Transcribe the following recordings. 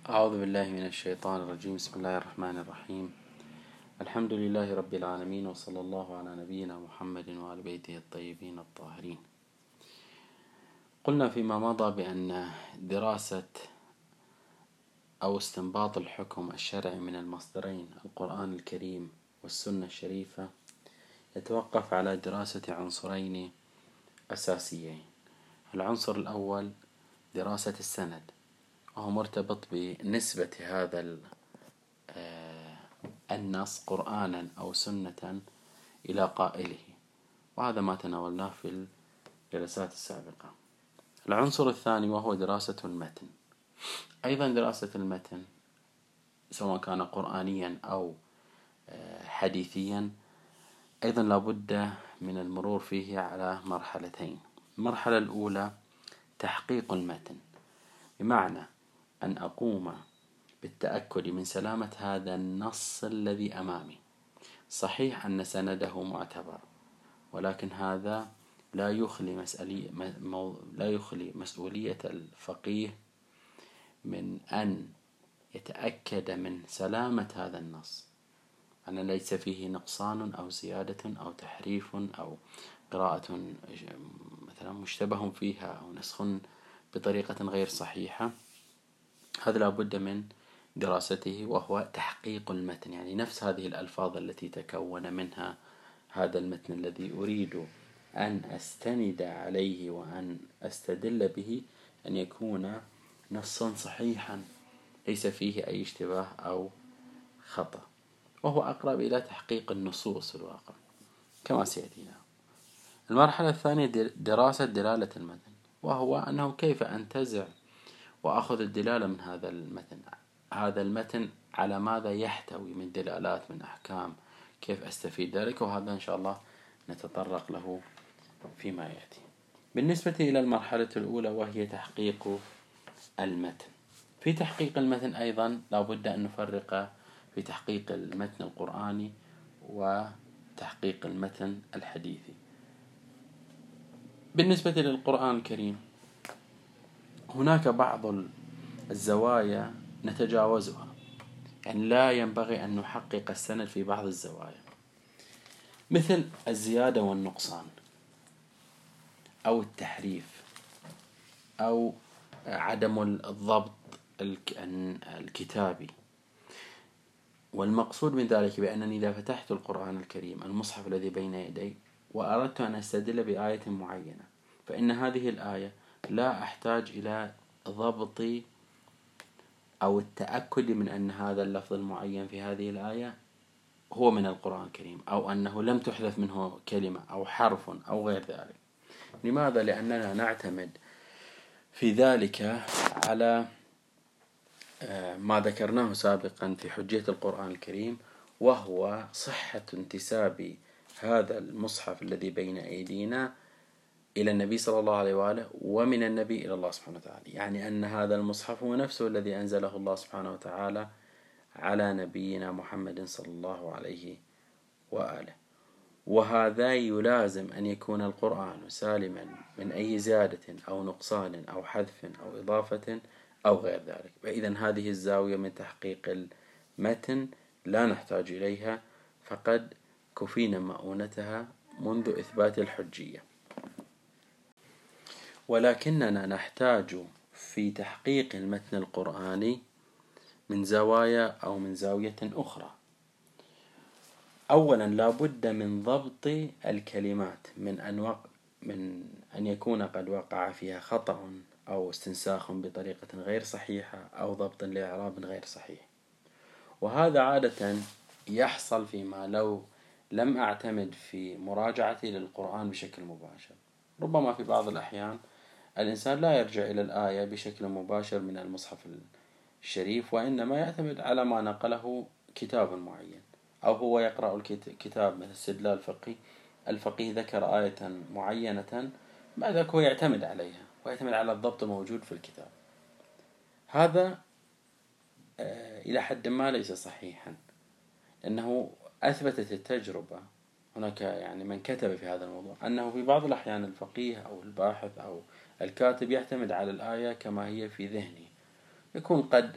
أعوذ بالله من الشيطان الرجيم. بسم الله الرحمن الرحيم. الحمد لله رب العالمين، وصلى الله على نبينا محمد وعلى بيته الطيبين الطاهرين. قلنا فيما مضى بأن دراسة أو استنباط الحكم الشرعي من المصدرين القرآن الكريم والسنة الشريفة يتوقف على دراسة عنصرين أساسيين. العنصر الأول دراسة السند، وهو مرتبط بنسبة هذا النص قرآنا أو سنة إلى قائله، وهذا ما تناولناه في الجلسات السابقة. العنصر الثاني وهو دراسة المتن. أيضا دراسة المتن سواء كان قرآنيا أو حديثيا أيضا لابد من المرور فيه على مرحلتين. المرحلة الأولى تحقيق المتن، بمعنى أن أقوم بالتأكد من سلامة هذا النص الذي أمامي. صحيح أن سنده معتبر، ولكن هذا لا يخلي مسؤولية الفقيه من أن يتأكد من سلامة هذا النص، أن ليس فيه نقصان أو زيادة أو تحريف أو قراءة مثلا مشتبه فيها أو نسخ بطريقة غير صحيحة. هذا لا بد من دراسته، وهو تحقيق المتن، يعني نفس هذه الألفاظ التي تكون منها هذا المتن الذي أريد أن أستند عليه وأن أستدل به أن يكون نصا صحيحا ليس فيه أي اشتباه أو خطأ، وهو أقرب إلى تحقيق النصوص في الواقع كما سيأتينا. المرحلة الثانية دراسة دلالة المتن، وهو أنه كيف أنتزع وأخذ الدلالة من هذا المتن على ماذا يحتوي من دلالات، من أحكام، كيف أستفيد ذلك، وهذا إن شاء الله نتطرق له فيما يأتي. بالنسبة إلى المرحلة الأولى وهي تحقيق المتن، في تحقيق المتن أيضا لا بد أن نفرق في تحقيق المتن القرآني وتحقيق المتن الحديثي. بالنسبة للقرآن الكريم هناك بعض الزوايا نتجاوزها، يعني لا ينبغي أن نحقق السند في بعض الزوايا، مثل الزيادة والنقصان أو التحريف أو عدم الضبط الكتابي. والمقصود من ذلك بأنني إذا فتحت القرآن الكريم المصحف الذي بين يدي وأردت أن أستدل بآية معينة، فإن هذه الآية لا أحتاج إلى ضبط أو التأكد من أن هذا اللفظ المعين في هذه الآية هو من القرآن الكريم، أو أنه لم تحذف منه كلمة أو حرف أو غير ذلك. لماذا؟ لأننا نعتمد في ذلك على ما ذكرناه سابقا في حجية القرآن الكريم، وهو صحة انتساب هذا المصحف الذي بين أيدينا إلى النبي صلى الله عليه وآله، ومن النبي إلى الله سبحانه وتعالى، يعني أن هذا المصحف هو نفسه الذي أنزله الله سبحانه وتعالى على نبينا محمد صلى الله عليه وآله. وهذا يلازم أن يكون القرآن سالما من أي زيادة أو نقصان أو حذف أو إضافة أو غير ذلك. فإذا هذه الزاوية من تحقيق المتن لا نحتاج إليها، فقد كفينا مؤونتها منذ إثبات الحجية. ولكننا نحتاج في تحقيق المتن القرآني من زوايا أو من زاوية أخرى. أولا لا بد من ضبط الكلمات، من أن يكون قد وقع فيها خطأ أو استنساخ بطريقة غير صحيحة أو ضبط لإعراب غير صحيح. وهذا عادة يحصل فيما لو لم أعتمد في مراجعتي للقرآن بشكل مباشر. ربما في بعض الأحيان الإنسان لا يرجع إلى الآية بشكل مباشر من المصحف الشريف، وإنما يعتمد على ما نقله كتاب معين، أو هو يقرأ الكتاب مثل استدلال فقهي، الفقيه ذكر آية معينة، بعد ذلك هو يعتمد عليها ويعتمد على الضبط الموجود في الكتاب. هذا إلى حد ما ليس صحيحا، لأنه أثبتت التجربة، هناك يعني من كتب في هذا الموضوع، أنه في بعض الأحيان الفقيه أو الباحث أو الكاتب يعتمد على الآية كما هي في ذهنه، يكون قد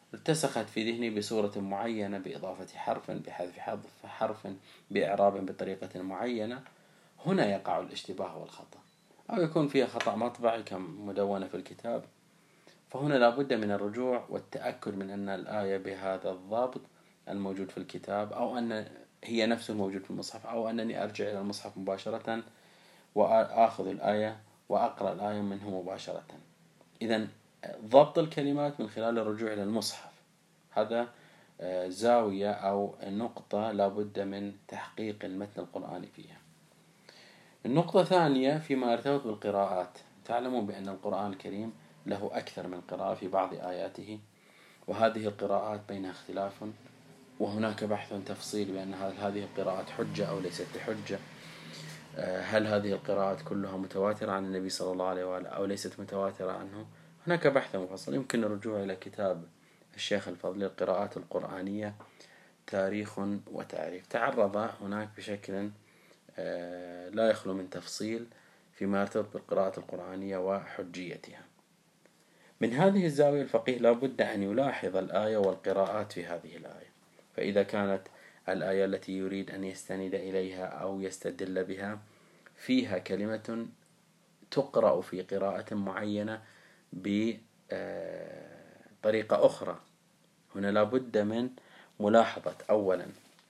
ارتسخت في ذهني بصورة معينة، بإضافة حرف، بحذف حرف، بإعراب بطريقة معينة، هنا يقع الاشتباه والخطأ. أو يكون فيها خطأ مطبعي كمدونة في الكتاب، فهنا لا بد من الرجوع والتأكد من أن الآية بهذا الضبط الموجود في الكتاب، أو أن هي نفسه الموجود في المصحف، أو أنني أرجع إلى المصحف مباشرة وأخذ الآية وأقرأ الآية منه مباشرة. إذن ضبط الكلمات من خلال الرجوع إلى المصحف، هذا زاوية أو نقطة لا بد من تحقيق المتن القرآني فيها. النقطة الثانية فيما يرتبط بالقراءات، تعلمون بأن القرآن الكريم له أكثر من قراءة في بعض آياته، وهذه القراءات بينها اختلاف، وهناك بحث تفصيلي بأن هذه القراءات حجة أو ليست بحجة. هل هذه القراءات كلها متواترة عن النبي صلى الله عليه وآله أو ليست متواترة عنه؟ هناك بحث مفصل، يمكن الرجوع إلى كتاب الشيخ الفضلي القراءات القرآنية تاريخ وتعريف، تعرض هناك بشكل لا يخلو من تفصيل فيما يرتبط بالقراءة القرآنية وحجيتها. من هذه الزاوية الفقيه لا بد أن يلاحظ الآية والقراءات في هذه الآية، فإذا كانت الآية التي يريد أن يستند إليها أو يستدل بها فيها كلمة تقرأ في قراءة معينة بطريقة أخرى، هنا لا بد من ملاحظة أولا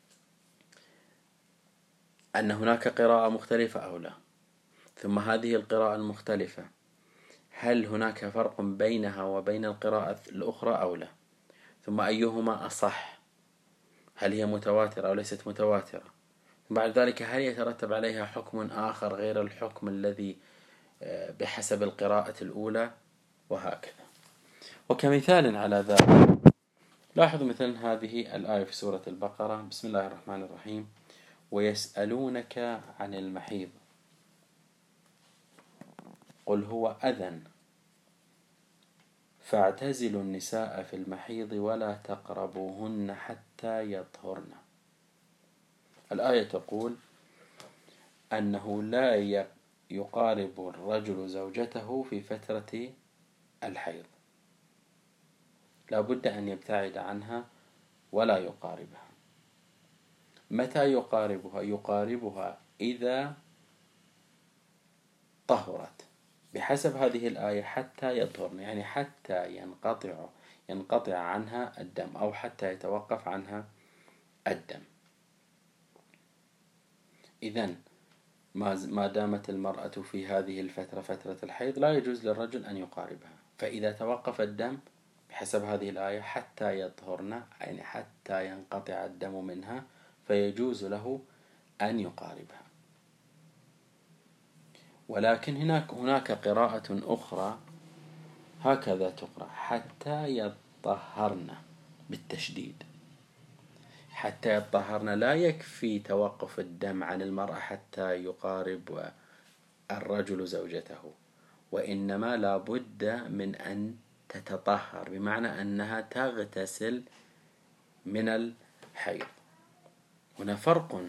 أن هناك قراءة مختلفة أو لا، ثم هذه القراءة المختلفة هل هناك فرق بينها وبين القراءة الأخرى أو لا، ثم أيهما أصح، هل هي متواترة أو ليست متواترة، بعد ذلك هل يترتب عليها حكم آخر غير الحكم الذي بحسب القراءة الأولى، وهكذا. وكمثال على ذلك لاحظوا مثل هذه الآية في سورة البقرة، بسم الله الرحمن الرحيم: ويسألونك عن المحيض قل هو أذى فاعتزلوا النساء في المحيض ولا تقربوهن حتى يطهرن. الآية تقول أنه لا يقارب الرجل زوجته في فترة الحيض، لا بد أن يبتعد عنها ولا يقاربها. متى يقاربها؟ يقاربها إذا طهرت، بحسب هذه الآية حتى يطهرن، يعني حتى ينقطع عنها الدم أو حتى يتوقف عنها الدم. إذن ما دامت المرأة في هذه الفترة فترة الحيض لا يجوز للرجل أن يقاربها، فإذا توقف الدم بحسب هذه الآية حتى يطهرن، يعني حتى ينقطع الدم منها، فيجوز له أن يقاربها. ولكن هناك قراءة أخرى هكذا تقرأ: حتى يطهرن بالتشديد. حتى يطهرن لا يكفي توقف الدم عن المرأة حتى يقارب الرجل زوجته، وإنما لا بد من أن تتطهر، بمعنى أنها تغتسل من الحيض. هنا فرق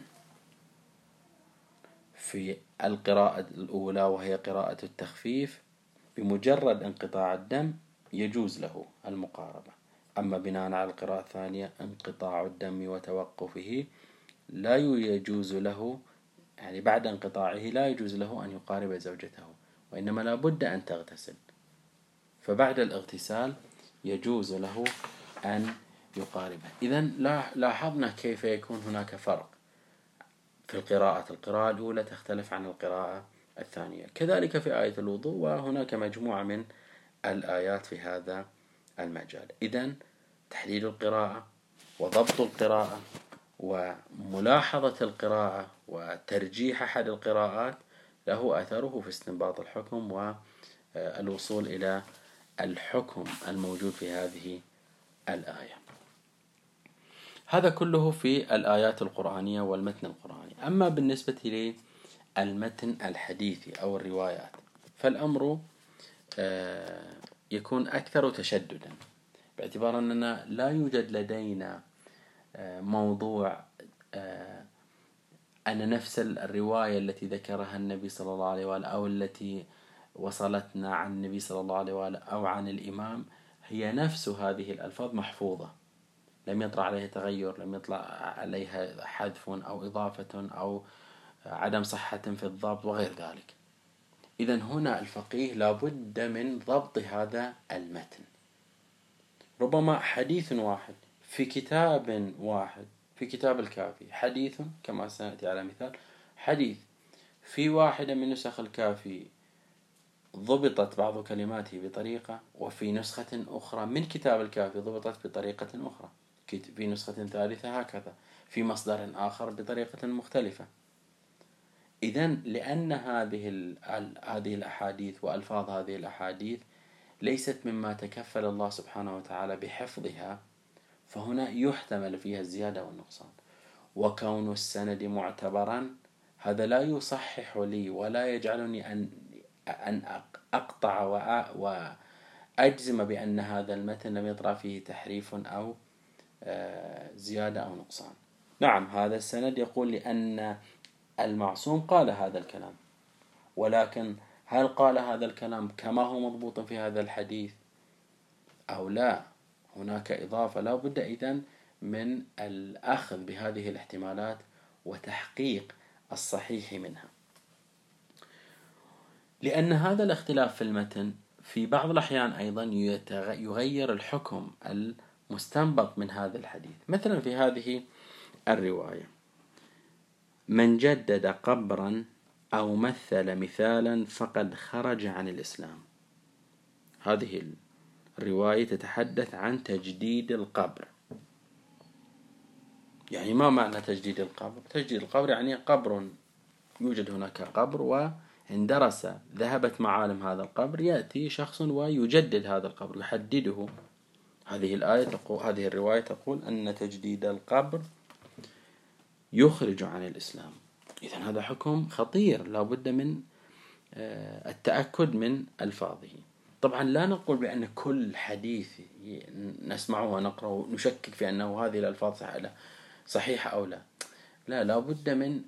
في القراءة الأولى وهي قراءة التخفيف، بمجرد انقطاع الدم يجوز له المقاربة، أما بناء على القراءة الثانية انقطاع الدم وتوقفه لا يجوز له، يعني بعد انقطاعه لا يجوز له أن يقارب زوجته، وإنما لا بد أن تغتسل، فبعد الاغتسال يجوز له أن يقاربها. إذن لاحظنا كيف يكون هناك فرق في القراءة الأولى تختلف عن القراءة الثانية، كذلك في آية الوضوء، وهناك مجموعة من الآيات في هذا المجال. إذن تحديد القراءة وضبط القراءة وملاحظة القراءة وترجيح أحد القراءات له أثره في استنباط الحكم والوصول إلى الحكم الموجود في هذه الآية. هذا كله في الآيات القرآنية والمتن القرآني. أما بالنسبة للمتن الحديثي أو الروايات فالأمر يكون أكثر تشددا، باعتبار أننا لا يوجد لدينا موضوع أن نفس الرواية التي ذكرها النبي صلى الله عليه وآله أو التي وصلتنا عن النبي صلى الله عليه وآله أو عن الإمام هي نفس هذه الألفاظ محفوظة، لم يطرأ عليها تغير، لم يطلع عليها حذف أو إضافة أو عدم صحة في الضبط وغير ذلك. إذن هنا الفقيه لابد من ضبط هذا المتن. ربما حديث واحد في كتاب واحد، في كتاب الكافي حديث كما سنأتي على مثال، حديث في واحدة من نسخ الكافي ضبطت بعض كلماته بطريقة، وفي نسخة أخرى من كتاب الكافي ضبطت بطريقة أخرى، في نسخة ثالثة هكذا، في مصدر آخر بطريقة مختلفة. إذن لأن هذه الأحاديث وألفاظ هذه الأحاديث ليست مما تكفل الله سبحانه وتعالى بحفظها، فهنا يحتمل فيها الزيادة والنقصان. وكون السند معتبرا هذا لا يصحح لي ولا يجعلني أن أقطع وأجزم بأن هذا المتن لم يطرأ فيه تحريف أو زيادة أو نقصان. نعم، هذا السند يقول لأن المعصوم قال هذا الكلام، ولكن هل قال هذا الكلام كما هو مضبوط في هذا الحديث أو لا؟ هناك إضافة. لا بد إذن من الأخذ بهذه الاحتمالات وتحقيق الصحيح منها، لأن هذا الاختلاف في المتن في بعض الأحيان أيضا يغير الحكم المستنبط من هذا الحديث. مثلا في هذه الرواية: من جدد قبرا أو مثل مثالا فقد خرج عن الإسلام. هذه الرواية تتحدث عن تجديد القبر. يعني ما معنى تجديد القبر؟ تجديد القبر يعني قبر، يوجد هناك قبر واندرس ذهبت معالم هذا القبر، يأتي شخص ويجدد هذا القبر، يحدده. هذه الرواية تقول أن تجديد القبر يخرج عن الإسلام. إذن هذا حكم خطير، لا بد من التأكد من ألفاظه. طبعا لا نقول بأن كل حديث نسمعه ونقرأه نشكك في أنه هذه الألفاظ صحيحة أو لا. لا بد من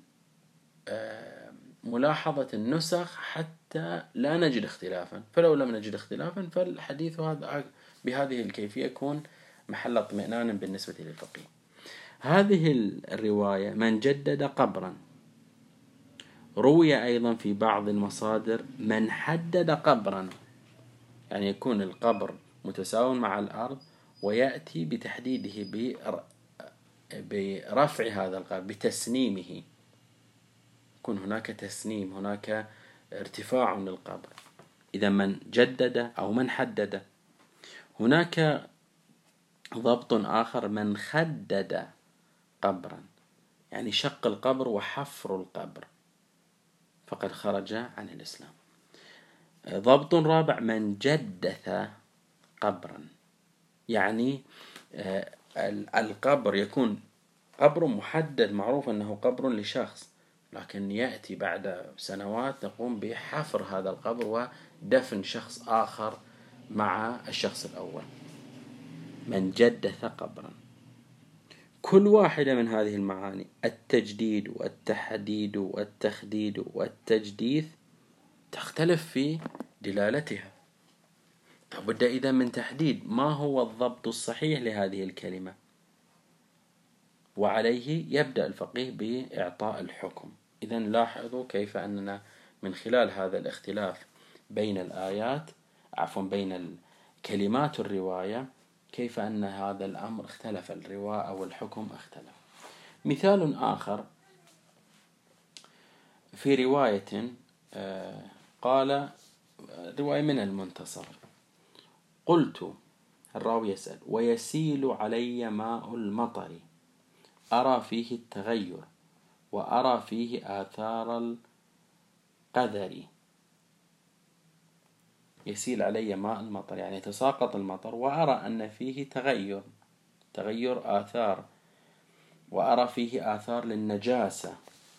ملاحظة النسخ حتى لا نجد اختلافا، فلو لم نجد اختلافا فالحديث هذا بهذه الكيفية يكون محل اطمئنان بالنسبة للفقيه. هذه الرواية من جدد قبرا روي أيضا في بعض المصادر من حدد قبرا، يعني يكون القبر متساوي مع الأرض ويأتي بتحديده برفع هذا القبر بتسنيمه، يكون هناك تسنيم، هناك ارتفاع للقبر. إذا من جدد أو من حدد. هناك ضبط آخر: من خدد قبرا، يعني شق القبر وحفر القبر، فقد خرج عن الإسلام. ضبط رابع: من جدث قبرا، يعني القبر يكون قبر محدد معروف أنه قبر لشخص، لكن يأتي بعد سنوات نقوم بحفر هذا القبر ودفن شخص آخر مع الشخص الأول. من جدث قبرا. كل واحدة من هذه المعاني، التجديد والتحديد والتخديد والتجديث، تختلف في دلالتها. لابد إذا من تحديد ما هو الضبط الصحيح لهذه الكلمة، وعليه يبدأ الفقيه بإعطاء الحكم. إذن لاحظوا كيف أننا من خلال هذا الاختلاف بين الآيات بين كلمات الرواية، كيف أن هذا الأمر اختلف، الرواية أو الحكم اختلف. مثال آخر في رواية قال، رواية من المنتصر: قلت، الراوي يسأل: ويسيل علي ماء المطر أرى فيه التغير وأرى فيه آثار القذر. يسيل علي ماء المطر يعني يتساقط المطر، وأرى أن فيه تغير آثار، وأرى فيه آثار للنجاسة،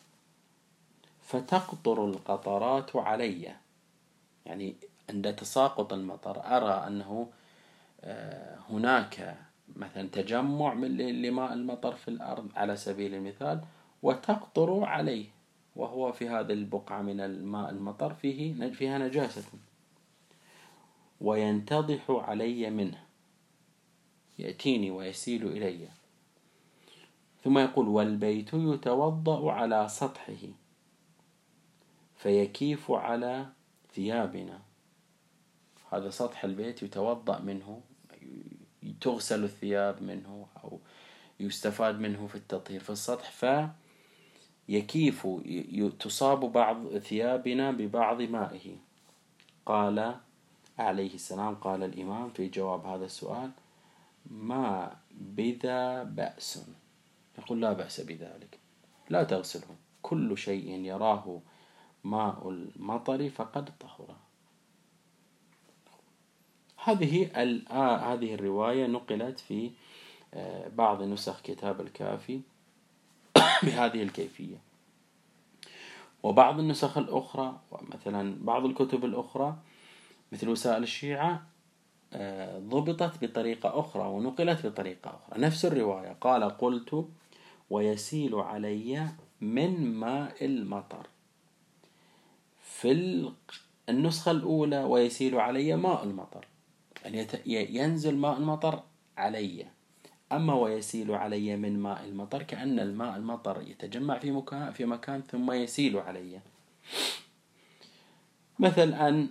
فتقطر القطرات علي، يعني عند تساقط المطر أرى أنه هناك مثلا تجمع لماء المطر في الأرض على سبيل المثال، وتقطر عليه، وهو في هذه البقعة من الماء المطر فيها نجاسة، وينتضح علي منه، يأتيني ويسيل إلي. ثم يقول: والبيت يتوضأ على سطحه فيكيف على ثيابنا. هذا سطح البيت يتوضأ منه، تغسل الثياب منه أو يستفاد منه في التطهير في السطح، فيكيف تصاب بعض ثيابنا ببعض مائه. قال عليه السلام، قال الإمام في جواب هذا السؤال: ما بذا بأس. يقول: لا بأس بذلك، لا تغسله، كل شيء يراه ماء المطر فقد طهر. هذه الرواية نقلت في بعض نسخ كتاب الكافي بهذه الكيفية، وبعض النسخ الأخرى ومثلا بعض الكتب الأخرى مثل وسائل الشيعة ضبطت بطريقة أخرى ونقلت بطريقة أخرى. نفس الرواية قال: قلت: ويسيل علي من ماء المطر. في النسخة الأولى ويسيل علي ماء المطر، يعني ينزل ماء المطر علي. أما ويسيل علي من ماء المطر، كأن الماء المطر يتجمع في مكان ثم يسيل علي. مثل أن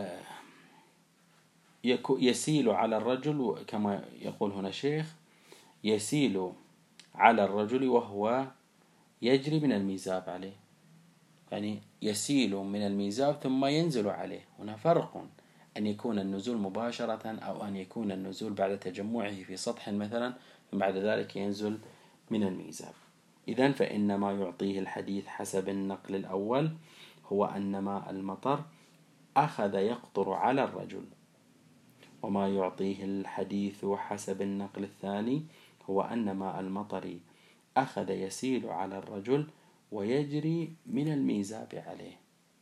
يسيل على الرجل، كما يقول هنا شيخ: يسيل على الرجل وهو يجري من الميزاب عليه، يعني يسيل من الميزاب ثم ينزل عليه. هنا فرق، أن يكون النزول مباشرة أو أن يكون النزول بعد تجمعه في سطح مثلا ثم بعد ذلك ينزل من الميزاب. إذن فإن ما يعطيه الحديث حسب النقل الأول هو أن ماء المطر أخذ يقطر على الرجل، وما يعطيه الحديث حسب النقل الثاني هو أن ماء المطر أخذ يسيل على الرجل ويجري من الميزاب عليه.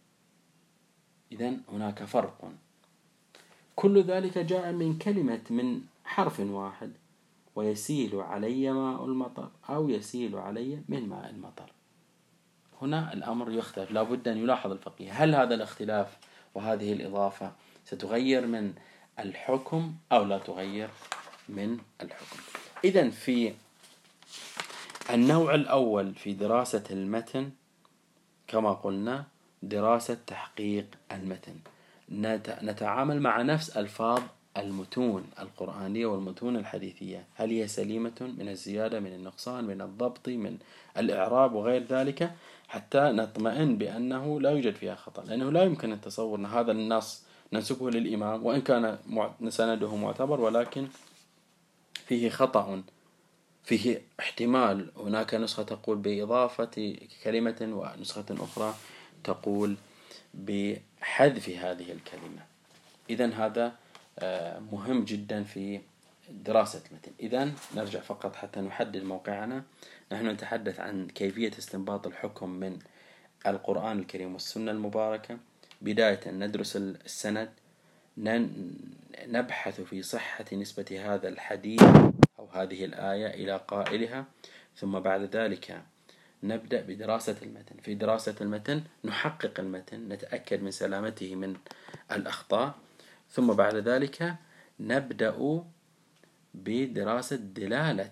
إذن هناك فرق. كل ذلك جاء من حرف واحد: ويسيل علي ماء المطر أو يسيل علي من ماء المطر. هنا الأمر يختلف، لا بد أن يلاحظ الفقيه هل هذا الاختلاف وهذه الإضافة ستغير من الحكم أو لا تغير من الحكم. إذن في النوع الأول في دراسة المتن كما قلنا دراسة تحقيق المتن، نتعامل مع نفس ألفاظ المتون القرآنية والمتون الحديثية، هل هي سليمة من الزيادة، من النقصان، من الضبط، من الإعراب وغير ذلك، حتى نطمئن بأنه لا يوجد فيها خطأ. لأنه لا يمكن أن تصور أن هذا النص ننسبه للإمام وإن كان سنده معتبر، ولكن فيه خطأ، فيه احتمال هناك نسخة تقول بإضافة كلمة ونسخة أخرى تقول بحذف هذه الكلمة. إذن هذا مهم جدا في دراسة المتن. إذن نرجع فقط حتى نحدد موقعنا. نحن نتحدث عن كيفية استنباط الحكم من القرآن الكريم والسنة المباركة. بداية ندرس السند، نبحث في صحة نسبة هذا الحديث أو هذه الآية إلى قائلها، ثم بعد ذلك نبدأ بدراسة المتن. في دراسة المتن نحقق المتن، نتأكد من سلامته من الأخطاء، ثم بعد ذلك نبدأ بدراسة دلالة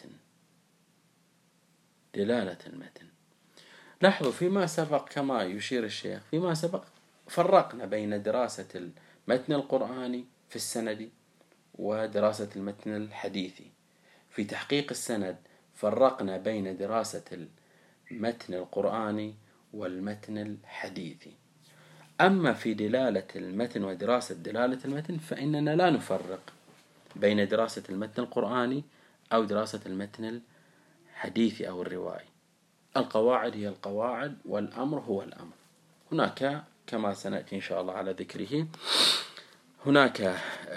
المتن. لاحظوا فيما سبق كما يشير الشيخ، فيما سبق فرقنا بين دراسة المتن القرآني في السند ودراسة المتن الحديثي. في تحقيق السند فرقنا بين دراسة المتن القرآني والمتن الحديثي. أما في دلالة المتن ودراسة دلالة المتن فإننا لا نفرق بين دراسة المتن القرآني أو دراسة المتن الحديثي أو الروائي. القواعد هي القواعد والأمر هو الأمر. هناك كما سنأتي إن شاء الله على ذكره هناك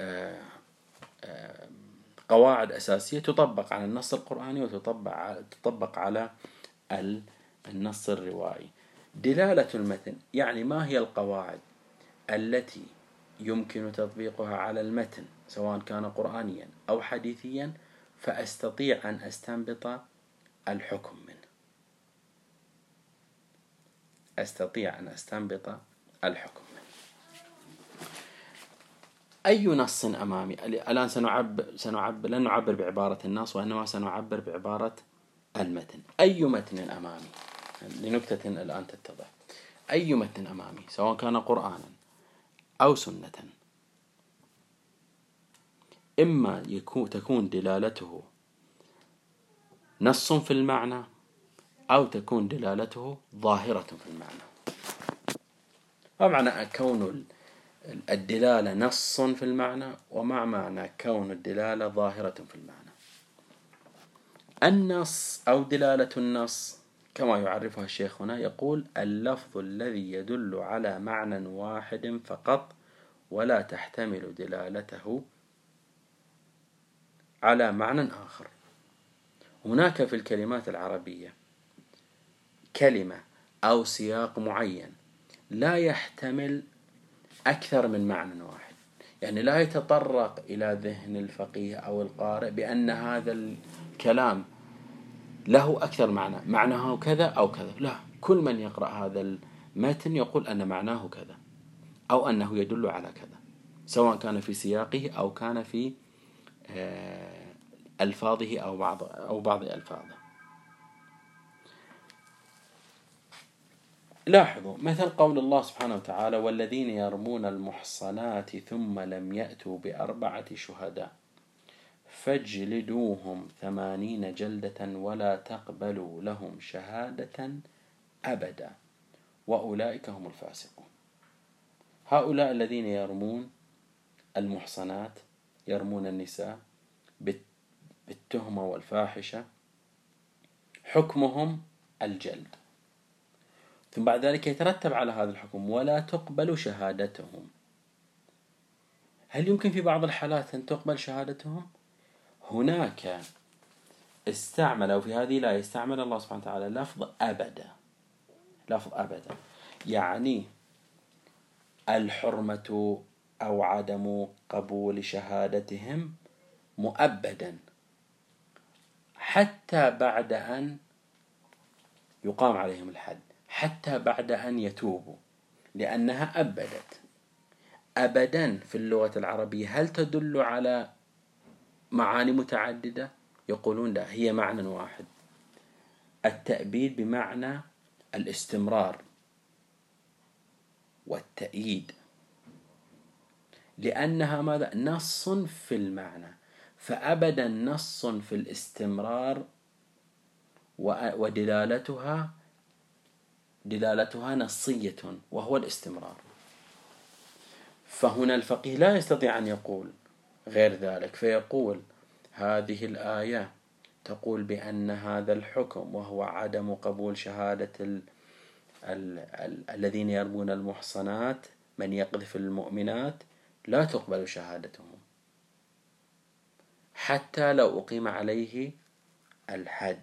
قواعد أساسية تطبق على النص القرآني وتطبق على النص الروائي. دلالة المتن يعني ما هي القواعد التي يمكن تطبيقها على المتن سواء كان قرآنيا أو حديثيا فأستطيع أن أستنبط الحكم منه. أي نص أمامي؟ الآن لن نعبر بعبارة النص، وإنما سنعبر بعبارة المتن. أي متن أمامي لنكتة الآن تتضح. أي متن أمامي سواء كان قرآنا أو سنة، إما تكون دلالته نص في المعنى، أو تكون دلالته ظاهرة في المعنى. ومعنى كون الدلالة نص في المعنى، ومع معنى كون الدلالة ظاهرة في المعنى. النص أو دلالة النص كما يعرفها الشيخ هنا، يقول: اللفظ الذي يدل على معنى واحد فقط ولا تحتمل دلالته على معنى آخر. هناك في الكلمات العربية كلمة أو سياق معين لا يحتمل أكثر من معنى واحد، يعني لا يتطرق إلى ذهن الفقيه أو القارئ بأن هذا الكلام له أكثر معناه كذا أو كذا. لا، كل من يقرأ هذا المتن يقول أن معناه كذا، أو أنه يدل على كذا، سواء كان في سياقه أو كان في ألفاظه أو بعض ألفاظه. لاحظوا مثل قول الله سبحانه وتعالى: والذين يرمون المحصنات ثم لم يأتوا بأربعة شهداء فاجلدوهم 80 جلدة ولا تقبلوا لهم شهادة أبدا وأولئك هم الفاسقون. هؤلاء الذين يرمون المحصنات، يرمون النساء بالتهمة والفاحشة، حكمهم الجلد، ثم بعد ذلك يترتب على هذا الحكم ولا تقبل شهادتهم. هل يمكن في بعض الحالات أن تقبل شهادتهم؟ هناك استعمل، أو في هذه لا يستعمل الله سبحانه وتعالى لفظ أبدا. لفظ أبدا يعني الحرمة أو عدم قبول شهادتهم مؤبدا حتى بعد أن يقام عليهم الحد، حتى بعد أن يتوبوا، لأنها أبدت. أبدا في اللغة العربية هل تدل على معاني متعددة؟ يقولون لا، هي معنى واحد. التأبيد بمعنى الاستمرار والتأييد، لأنها ماذا؟ نص في المعنى. فأبدا نص في الاستمرار، ودلالتها نصية وهو الاستمرار. فهنا الفقيه لا يستطيع أن يقول غير ذلك، فيقول هذه الآية تقول بأن هذا الحكم وهو عدم قبول شهادة الذين يرمون المحصنات، من يقذف المؤمنات لا تقبل شهادتهم حتى لو أقيم عليه الحد.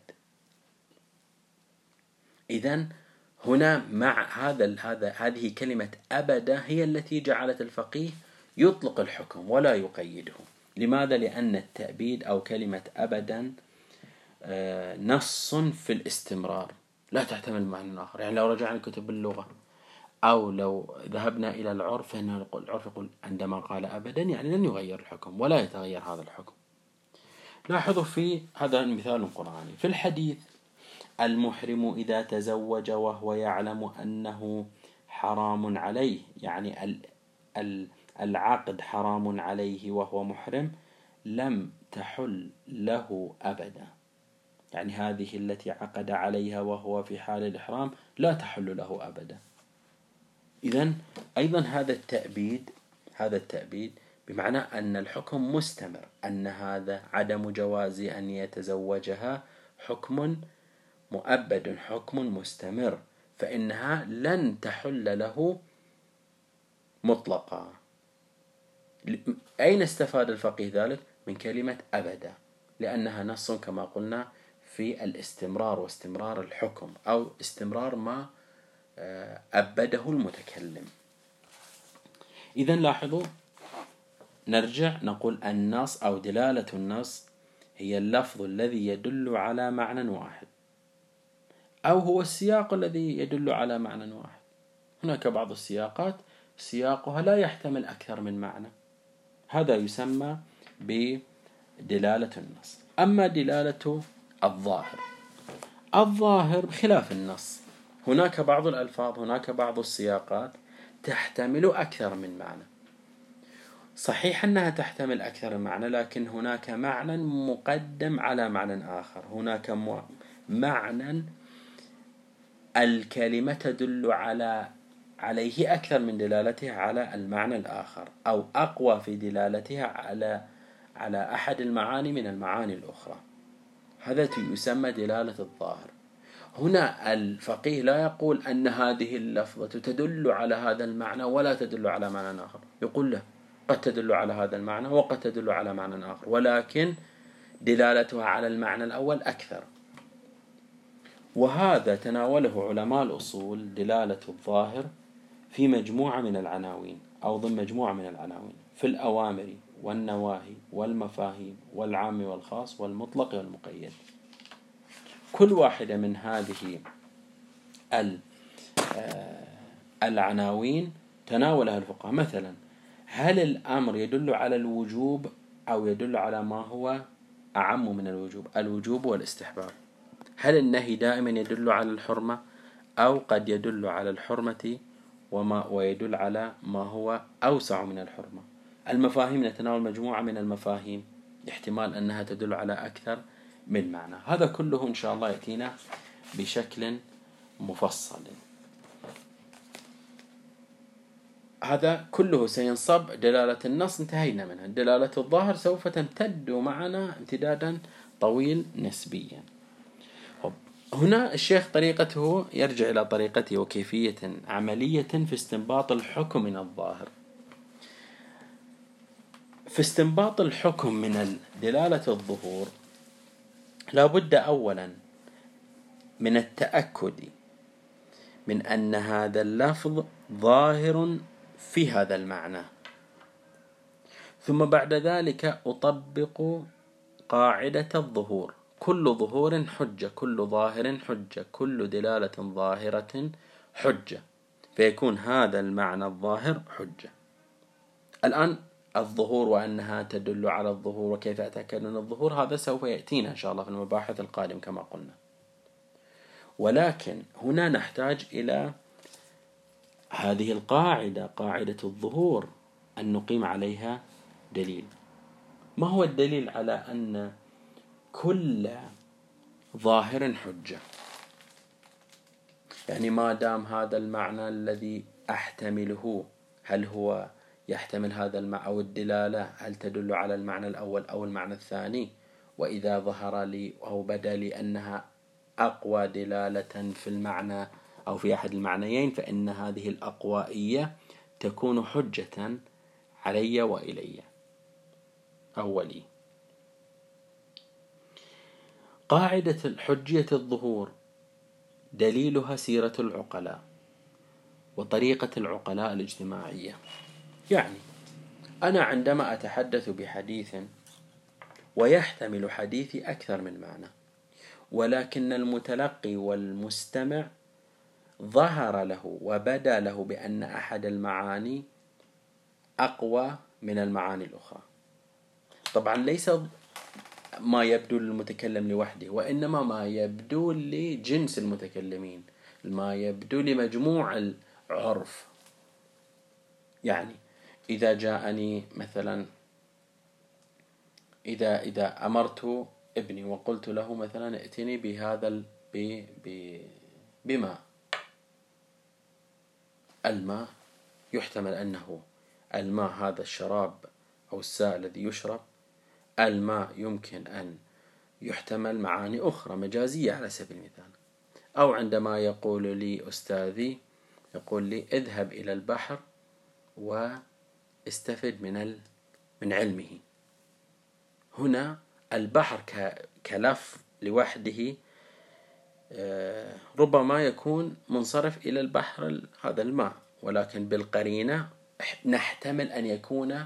إذن هنا مع هذه كلمة أبدا هي التي جعلت الفقيه يطلق الحكم ولا يقيده. لماذا؟ لأن التأبيد أو كلمة أبدا نص في الاستمرار، لا تحتمل معنى آخر. يعني لو رجعنا كتب اللغة أو لو ذهبنا إلى العرف، فإن العرف يقول عندما قال أبدا يعني لن يغير الحكم ولا يتغير هذا الحكم. لاحظوا في هذا المثال قرآني في الحديث: المحرم إذا تزوج وهو يعلم أنه حرام عليه، يعني العقد حرام عليه وهو محرم، لم تحل له أبدا. يعني هذه التي عقد عليها وهو في حال الإحرام لا تحل له أبدا. إذن أيضا هذا التأبيد بمعنى أن الحكم مستمر، أن هذا عدم جواز أن يتزوجها حكم مؤبد، حكم مستمر، فإنها لن تحل له مطلقا. أين استفاد الفقيه ذلك؟ من كلمة أبدا، لأنها نص كما قلنا في الاستمرار واستمرار الحكم، أو استمرار ما أبده المتكلم. إذن لاحظوا، نرجع نقول النص أو دلالة النص هي اللفظ الذي يدل على معنى واحد، أو هو السياق الذي يدل على معنى واحد. هناك بعض السياقات سياقها لا يحتمل أكثر من معنى، هذا يسمى بدلالة النص. أما دلالة الظاهر، الظاهر خلاف النص، هناك بعض الألفاظ، هناك بعض السياقات تحتمل أكثر من معنى. صحيح أنها تحتمل أكثر من معنى، لكن هناك معنى مقدم على معنى آخر. هناك معنى الكلمة تدل عليه أكثر من دلالتها على المعنى الآخر، أو أقوى في دلالتها على أحد المعاني من المعاني الأخرى. هذا يسمى دلالة الظاهر. هنا الفقيه لا يقول أن هذه اللفظة تدل على هذا المعنى ولا تدل على معنى آخر، يقول له قد تدل على هذا المعنى وقد تدل على معنى آخر، ولكن دلالتها على المعنى الأول أكثر. وهذا تناوله علماء الأصول دلالة الظاهر في مجموعة من العناوين، أو ضمن مجموعة من العناوين، في الأوامر والنواهي والمفاهيم والعام والخاص والمطلق والمقيد. كل واحدة من هذه العناوين تناولها الفقهاء. مثلا، هل الأمر يدل على الوجوب أو يدل على ما هو أعم من الوجوب، الوجوب والاستحباب؟ هل النهي دائما يدل على الحرمة أو قد يدل على الحرمة ويدل على ما هو أوسع من الحرمة؟ المفاهيم نتناول مجموعة من المفاهيم احتمال أنها تدل على أكثر من معنى. هذا كله إن شاء الله يأتينا بشكل مفصل. هذا كله سينصب دلالة النص، انتهينا منها. دلالة الظاهر سوف تمتد معنا امتدادا طويل نسبيا. هنا الشيخ طريقته يرجع إلى طريقته وكيفية عملية في استنباط الحكم من الظاهر. في استنباط الحكم من دلالة الظهور لا بد أولا من التأكد من أن هذا اللفظ ظاهر في هذا المعنى، ثم بعد ذلك أطبق قاعدة الظهور. كل ظهور حجة، كل ظاهر حجة، كل دلالة ظاهرة حجة، فيكون هذا المعنى الظاهر حجة. الآن الظهور وأنها تدل على الظهور وكيف أتأكد من الظهور، هذا سوف يأتينا إن شاء الله في المباحث القادم كما قلنا. ولكن هنا نحتاج إلى هذه القاعدة، قاعدة الظهور، أن نقيم عليها دليل. ما هو الدليل على أن كل ظاهر حجة؟ يعني ما دام هذا المعنى الذي أحتمله، هل هو يحتمل هذا المعنى أو الدلالة هل تدل على المعنى الأول أو المعنى الثاني؟ وإذا ظهر لي أو بدا لي أنها أقوى دلالة في المعنى أو في أحد المعنيين، فإن هذه الأقوائية تكون حجة علي وإلي أولي. قاعدة الحجية الظهور دليلها سيرة العقلاء وطريقة العقلاء الاجتماعية. يعني أنا عندما أتحدث بحديث ويحتمل حديثي أكثر من معنى، ولكن المتلقي والمستمع ظهر له وبدا له بأن أحد المعاني أقوى من المعاني الأخرى. طبعا ليس ما يبدو للمتكلم لوحده، وإنما ما يبدو لجنس المتكلمين، ما يبدو لمجموع العرف. يعني إذا جاءني مثلا، إذا أمرت ابني وقلت له مثلا ائتني بهذا بماء، الماء يحتمل أنه الماء هذا الشراب أو السائل الذي يشرب. الماء يمكن أن يحتمل معاني أخرى مجازية على سبيل المثال. أو عندما يقول لي أستاذي، يقول لي اذهب إلى البحر واستفد من علمه. هنا البحر كلفظ لوحده ربما يكون منصرف إلى البحر هذا الماء، ولكن بالقرينة نحتمل أن يكون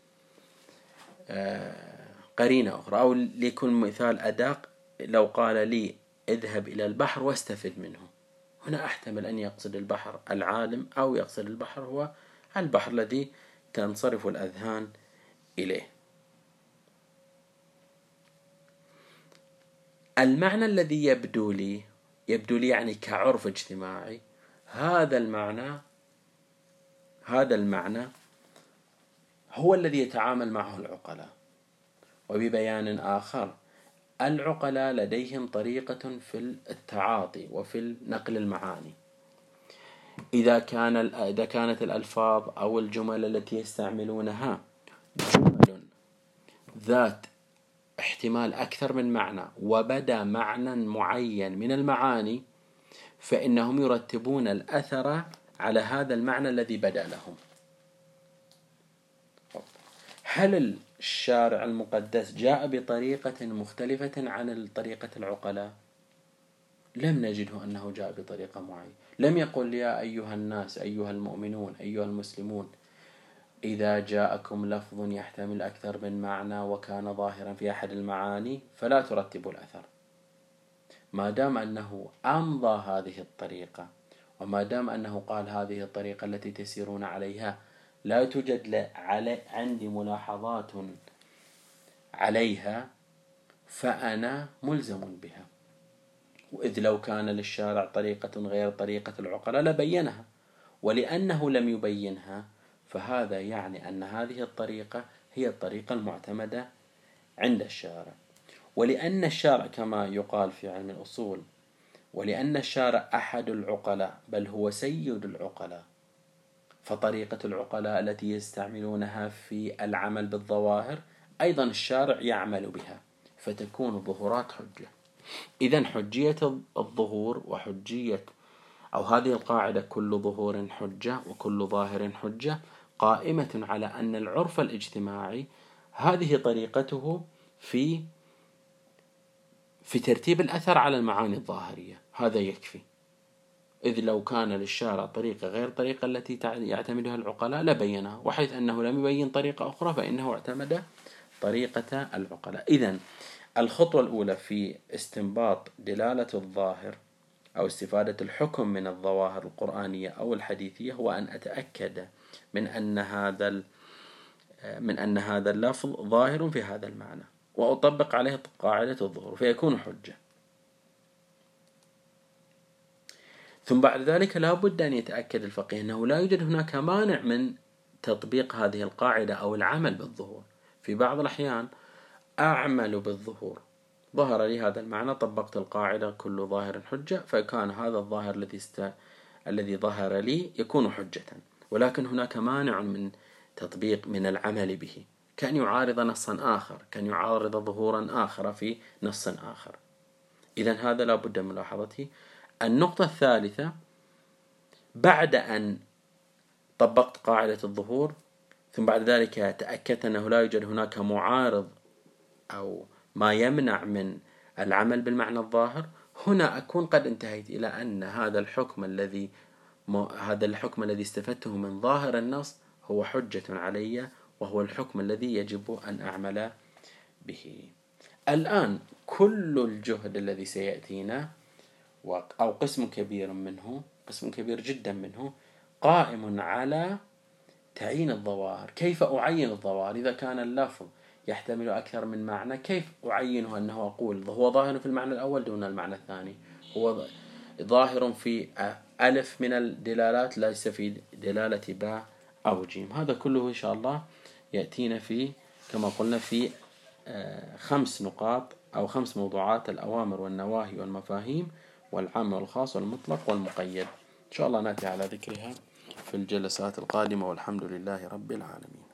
قرينة أخرى. أو ليكون مثال أدق، لو قال لي اذهب إلى البحر واستفد منه، هنا أحتمل أن يقصد البحر العالم، أو يقصد البحر هو البحر الذي تنصرف الأذهان إليه. المعنى الذي يبدو لي يعني كعرف اجتماعي، هذا المعنى هو الذي يتعامل معه العقلاء. وببيان آخر، العقلاء لديهم طريقة في التعاطي وفي نقل المعاني. إذا كانت الألفاظ أو الجمل التي يستعملونها جمل ذات احتمال أكثر من معنى وبدا معنى معين من المعاني، فإنهم يرتبون الأثر على هذا المعنى الذي بدا لهم. هل الشارع المقدس جاء بطريقة مختلفة عن طريقة العقلاء؟ لم نجده أنه جاء بطريقة معينة. لم يقل يا أيها الناس، أيها المؤمنون، أيها المسلمون، إذا جاءكم لفظ يحتمل أكثر من معنى وكان ظاهرا في أحد المعاني فلا ترتبوا الأثر. ما دام أنه أمضى هذه الطريقة، وما دام أنه قال هذه الطريقة التي تسيرون عليها لا توجد عندي ملاحظات عليها، فأنا ملزم بها. وإذ لو كان للشارع طريقة غير طريقة العقلاء لبينها، ولأنه لم يبينها فهذا يعني أن هذه الطريقة هي الطريقة المعتمدة عند الشارع. ولأن الشارع كما يقال في علم الأصول، ولأن الشارع أحد العقلاء بل هو سيد العقلاء، فطريقة العقلاء التي يستعملونها في العمل بالظواهر أيضا الشارع يعمل بها، فتكون الظهورات حجة. إذن حجية الظهور وحجية أو هذه القاعدة كل ظهور حجة وكل ظاهر حجة قائمة على أن العرف الاجتماعي هذه طريقته في ترتيب الأثر على المعاني الظاهرية. هذا يكفي. إذ لو كان للشارع طريقة غير طريقة التي يعتمدها العقلاء لبينها، وحيث أنه لم يبين طريقة أخرى فإنه اعتمد طريقة العقلاء. إذن الخطوة الأولى في استنباط دلالة الظاهر أو استفادة الحكم من الظواهر القرآنية أو الحديثية هو أن أتأكد من أن هذا اللفظ ظاهر في هذا المعنى، وأطبق عليه قاعدة الظهور فيكون حجة. ثم بعد ذلك لا بد أن يتأكد الفقيه أنه لا يوجد هناك مانع من تطبيق هذه القاعدة أو العمل بالظهور. في بعض الأحيان أعمل بالظهور، ظهر لي هذا المعنى، طبقت القاعدة كل ظاهر حجة، فكان هذا الظاهر الذي ظهر لي يكون حجة. ولكن هناك مانع من تطبيق من العمل به، كان يعارض نصا آخر، كان يعارض ظهورا آخر في نص آخر. إذن هذا لا بد من ملاحظته. النقطة الثالثة، بعد أن طبقت قاعدة الظهور ثم بعد ذلك تأكدت أنه لا يوجد هناك معارض أو ما يمنع من العمل بالمعنى الظاهر، هنا أكون قد انتهيت إلى أن هذا الحكم الذي استفدته من ظاهر النص هو حجة علي، وهو الحكم الذي يجب أن أعمل به. الآن كل الجهد الذي سيأتينا أو قسم كبير جدا منه قائم على تعيين الظواهر. كيف أعين الظواهر؟ إذا كان اللفظ يحتمل أكثر من معنى كيف أعينه أنه أقول هو ظاهر في المعنى الأول دون المعنى الثاني، هو ظاهر في ألف من الدلالات ليس في دلالة باء أو جيم. هذا كله إن شاء الله يأتينا في كما قلنا في 5 نقاط أو 5 موضوعات: الأوامر والنواهي والمفاهيم والعام والخاص والمطلق والمقيد. إن شاء الله نأتي على ذكرها في الجلسات القادمة، والحمد لله رب العالمين.